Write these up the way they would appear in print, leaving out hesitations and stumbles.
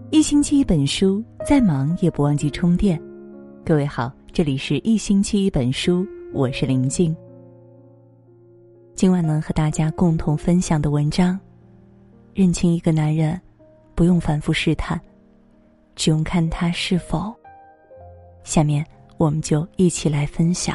一星期一本书，再忙也不忘记充电。各位好，这里是一星期一本书，我是林静。今晚呢，和大家共同分享的文章，认清一个男人，不用反复试探，只用看他是否。下面我们就一起来分享。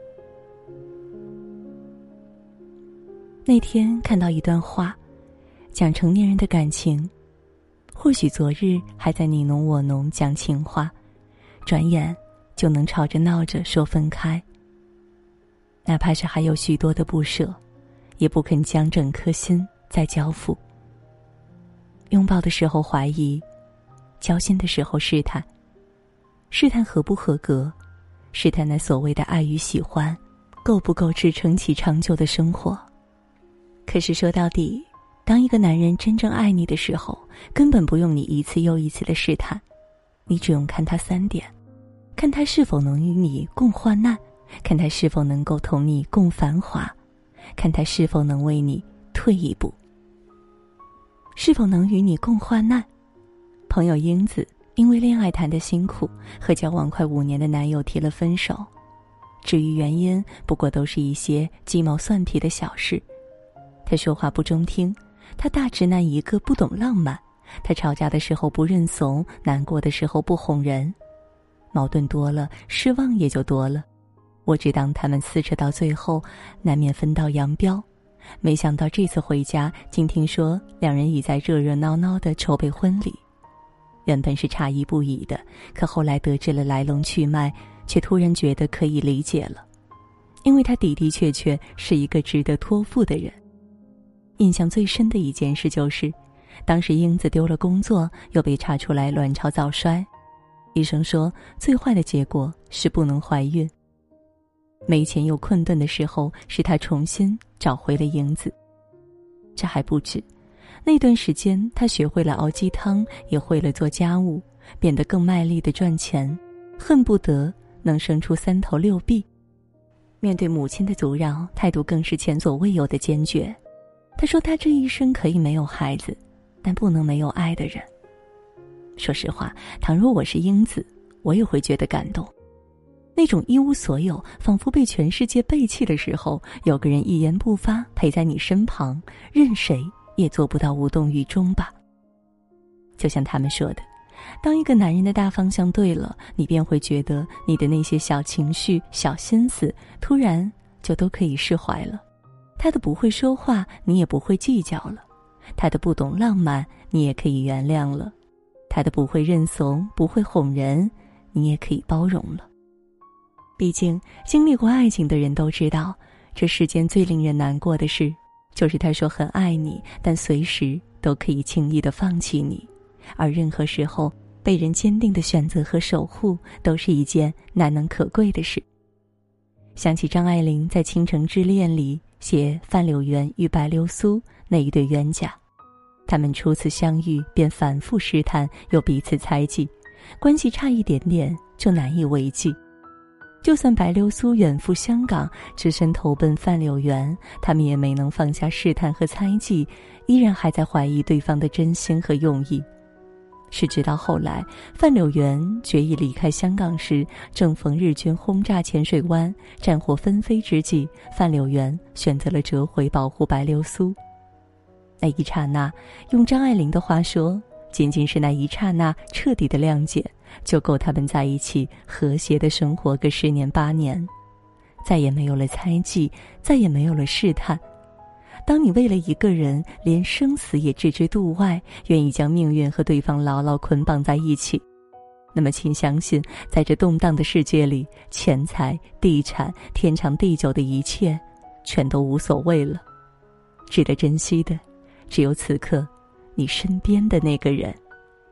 那天看到一段话，讲成年人的感情，或许昨日还在你侬我侬讲情话，转眼就能吵着闹着说分开。哪怕是还有许多的不舍，也不肯将整颗心再交付。拥抱的时候怀疑，交心的时候试探，试探合不合格，试探那所谓的爱与喜欢够不够支撑起长久的生活。可是说到底，当一个男人真正爱你的时候，根本不用你一次又一次的试探，你只用看他3点：看他是否能与你共患难，看他是否能够同你共繁华，看他是否能为你退一步。是否能与你共患难？朋友英子因为恋爱谈得辛苦，和交往快5年的男友提了分手。至于原因，不过都是一些鸡毛蒜皮的小事。他说话不中听，他大直男一个，不懂浪漫，他吵架的时候不认怂，难过的时候不哄人。矛盾多了，失望也就多了。我只当他们撕扯到最后，难免分道扬镳。没想到这次回家，竟听说两人已在热热闹闹地筹备婚礼。原本是诧异不已的，可后来得知了来龙去脉，却突然觉得可以理解了。因为他的的确确是一个值得托付的人。印象最深的一件事就是，当时英子丢了工作，又被查出来卵巢早衰。医生说，最坏的结果是不能怀孕。没钱又困顿的时候，是他重新找回了英子。这还不止，那段时间他学会了熬鸡汤，也会了做家务，变得更卖力地赚钱，恨不得能生出3头6臂。面对母亲的阻挠，态度更是前所未有的坚决。他说他这一生可以没有孩子，但不能没有爱的人。说实话，倘若我是英子，我也会觉得感动。那种一无所有，仿佛被全世界背弃的时候，有个人一言不发陪在你身旁，任谁也做不到无动于衷吧。就像他们说的，当一个男人的大方向对了，你便会觉得你的那些小情绪、小心思突然就都可以释怀了。他的不会说话，你也不会计较了；他的不懂浪漫，你也可以原谅了；他的不会认怂，不会哄人，你也可以包容了。毕竟经历过爱情的人都知道，这世间最令人难过的事，就是他说很爱你，但随时都可以轻易地放弃你，而任何时候被人坚定的选择和守护，都是一件难能可贵的事。想起张爱玲在《倾城之恋》里写范柳原与白流苏那一对冤家，他们初次相遇便反复试探，又彼此猜忌，关系差一点点就难以为继。就算白流苏远赴香港，只身投奔范柳原，他们也没能放下试探和猜忌，依然还在怀疑对方的真心和用意。是直到后来范柳原决意离开香港时，正逢日军轰炸浅水湾，战火纷飞之际，范柳原选择了折回保护白流苏。那一刹那，用张爱玲的话说，仅仅是那一刹那彻底的谅解，就够他们在一起和谐的生活个10年8年。再也没有了猜忌，再也没有了试探。当你为了一个人连生死也置之度外，愿意将命运和对方牢牢捆绑在一起，那么请相信，在这动荡的世界里，钱财、地产、天长地久的一切全都无所谓了。值得珍惜的只有此刻你身边的那个人。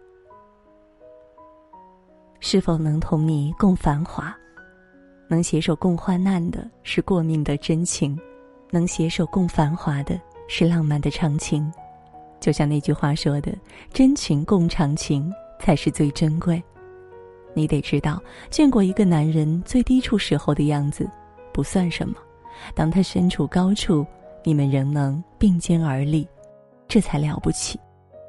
是否能同你共繁华？能携手共患难的是过命的真情，能携手共繁华的是浪漫的长情。就像那句话说的，真情共长情才是最珍贵。你得知道，见过一个男人最低处时候的样子不算什么，当他身处高处，你们仍能并肩而立，这才了不起。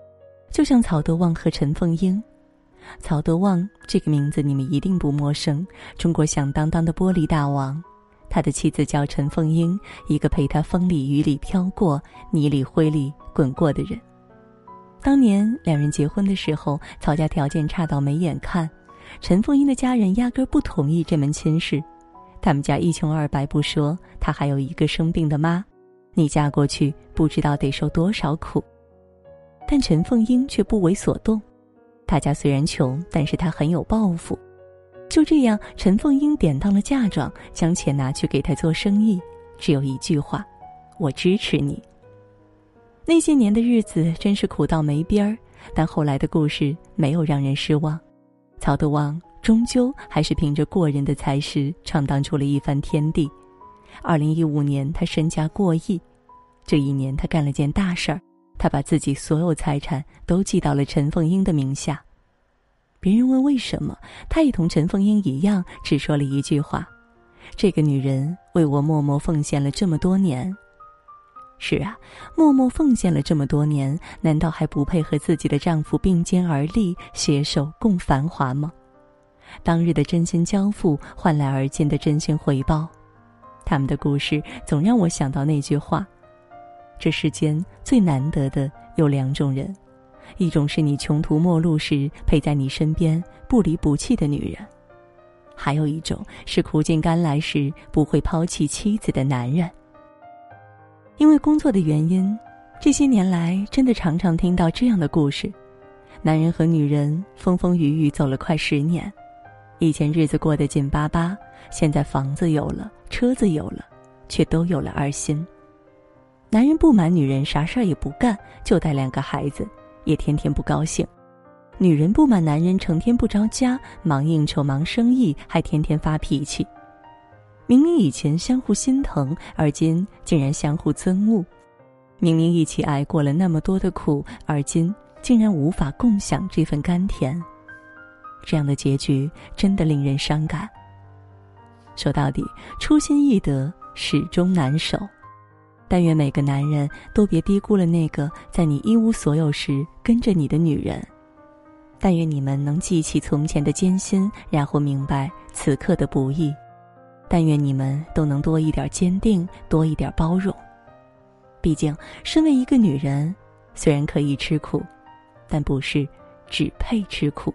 就像曹德旺和陈凤英。曹德旺这个名字你们一定不陌生，中国响当当的玻璃大王。他的妻子叫陈凤英，一个陪他风里雨里飘过，泥里灰里滚过的人。当年两人结婚的时候，曹家条件差到没眼看，陈凤英的家人压根不同意这门亲事。他们家一穷二白不说，他还有一个生病的妈，你嫁过去不知道得受多少苦。但陈凤英却不为所动，他家虽然穷，但是他很有抱负。就这样，陈凤英典当了嫁妆，将钱拿去给他做生意，只有一句话：我支持你。那些年的日子真是苦到没边儿，但后来的故事没有让人失望。曹德旺终究还是凭着过人的才识闯荡出了一番天地。2015年他身价过亿，这一年他干了件大事儿，他把自己所有财产都记到了陈凤英的名下。别人问为什么，他也同陈凤英一样，只说了一句话：这个女人为我默默奉献了这么多年。是啊，默默奉献了这么多年，难道还不配和自己的丈夫并肩而立，携手共繁华吗？当日的真心交付换来而今的真心回报，他们的故事总让我想到那句话：这世间最难得的有两种人，一种是你穷途末路时陪在你身边不离不弃的女人，还有一种是苦尽甘来时不会抛弃妻子的男人。因为工作的原因，这些年来真的常常听到这样的故事：男人和女人风风雨雨走了快10年，以前日子过得紧巴巴，现在房子有了，车子有了，却都有了儿心。男人不满女人啥事儿也不干，就带2个孩子，也天天不高兴；女人不满男人成天不着家，忙应酬忙生意，还天天发脾气。明明以前相互心疼，而今竟然相互憎恶；明明一起挨过了那么多的苦，而今竟然无法共享这份甘甜。这样的结局真的令人伤感。说到底，初心易得，始终难守。但愿每个男人都别低估了那个在你一无所有时跟着你的女人。但愿你们能记起从前的艰辛，然后明白此刻的不易。但愿你们都能多一点坚定，多一点包容。毕竟身为一个女人，虽然可以吃苦，但不是只配吃苦。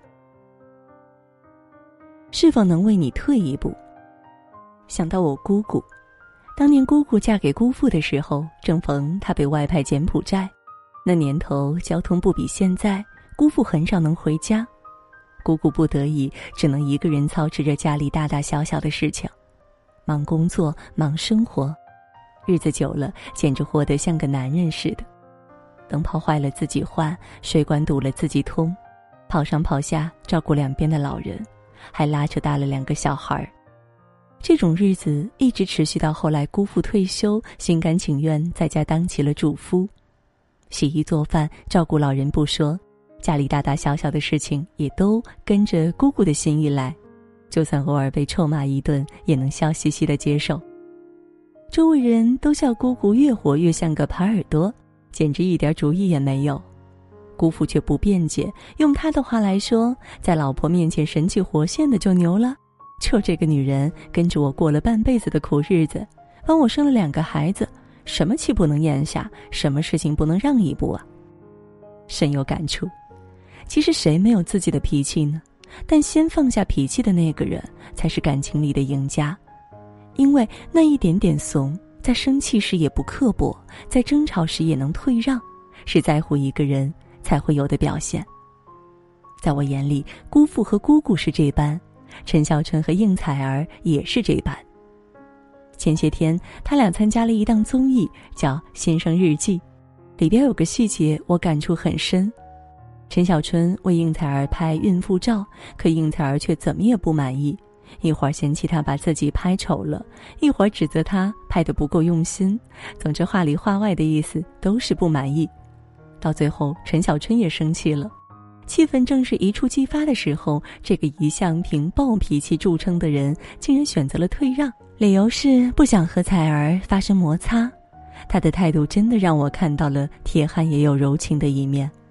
是否能为你退一步？想到我姑姑，当年姑姑嫁给姑父的时候，正逢她被外派柬埔寨。那年头交通不比现在，姑父很少能回家，姑姑不得已只能一个人操持着家里大大小小的事情，忙工作，忙生活，日子久了简直活得像个男人似的。灯泡坏了自己换，水管堵了自己通，跑上跑下照顾2边的老人，还拉扯大了2个小孩。这种日子一直持续到后来姑父退休，心甘情愿在家当起了主夫，洗衣做饭照顾老人不说，家里大大小小的事情也都跟着姑姑的心意来，就算偶尔被臭骂一顿，也能笑嘻嘻地接受。周围人都笑姑姑越活越像个耙耳朵，简直一点主意也没有。姑父却不辩解，用他的话来说，在老婆面前神气活现的就牛了。就这个女人跟着我过了半辈子的苦日子，帮我生了2个孩子，什么气不能咽下，什么事情不能让一步啊？深有感触。其实谁没有自己的脾气呢？但先放下脾气的那个人才是感情里的赢家。因为那一点点怂，在生气时也不刻薄，在争吵时也能退让，是在乎一个人才会有的表现。在我眼里，姑父和姑姑是这般，陈小春和应采儿也是这般。前些天他俩参加了一档综艺，叫《新生日记》，里边有个细节我感触很深。陈小春为应采儿拍孕妇照，可应采儿却怎么也不满意，一会儿嫌弃他把自己拍丑了，一会儿指责他拍得不够用心，总之话里话外的意思都是不满意。到最后陈小春也生气了，气氛正是一触即发的时候，这个一向凭暴脾气著称的人竟然选择了退让，理由是不想和采儿发生摩擦。他的态度真的让我看到了铁汉也有柔情的一面。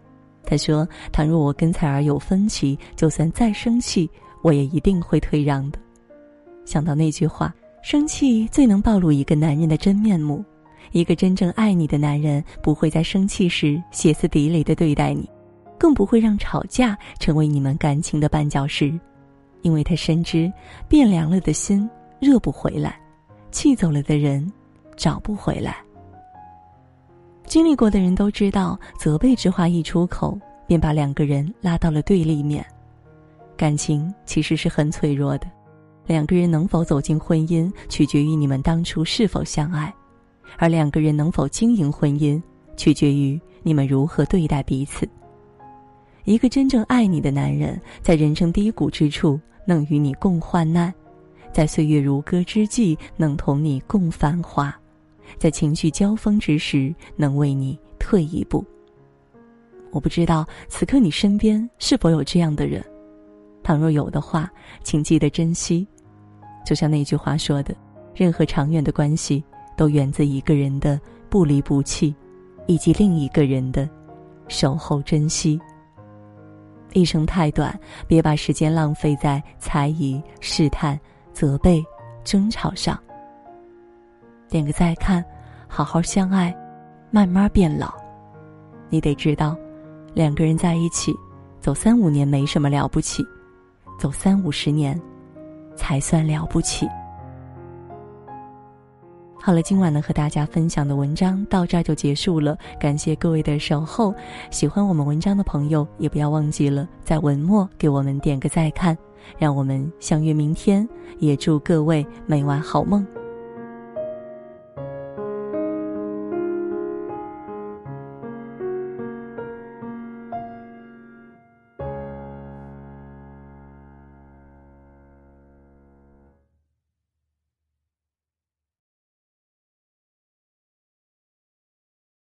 他说，倘若我跟彩儿有分歧，就算再生气，我也一定会退让的。想到那句话，生气最能暴露一个男人的真面目。一个真正爱你的男人，不会在生气时歇斯底里地对待你，更不会让吵架成为你们感情的绊脚石，因为他深知变凉了的心热不回来，气走了的人找不回来。经历过的人都知道，责备之话一出口，便把两个人拉到了对立面。感情其实是很脆弱的，两个人能否走进婚姻，取决于你们当初是否相爱，而两个人能否经营婚姻，取决于你们如何对待彼此。一个真正爱你的男人，在人生低谷之处能与你共患难，在岁月如歌之际能同你共繁华，在情绪交锋之时能为你退一步。我不知道此刻你身边是否有这样的人，倘若有的话，请记得珍惜。就像那句话说的，任何长远的关系都源自一个人的不离不弃，以及另一个人的守候珍惜。一生太短，别把时间浪费在猜疑、试探、责备、争吵上。点个再看，好好相爱，慢慢变老。你得知道，两个人在一起，走3-5年没什么了不起，走30-50年才算了不起。好了，今晚呢和大家分享的文章到这儿就结束了，感谢各位的守候。喜欢我们文章的朋友，也不要忘记了在文末给我们点个再看，让我们相约明天，也祝各位每晚好梦。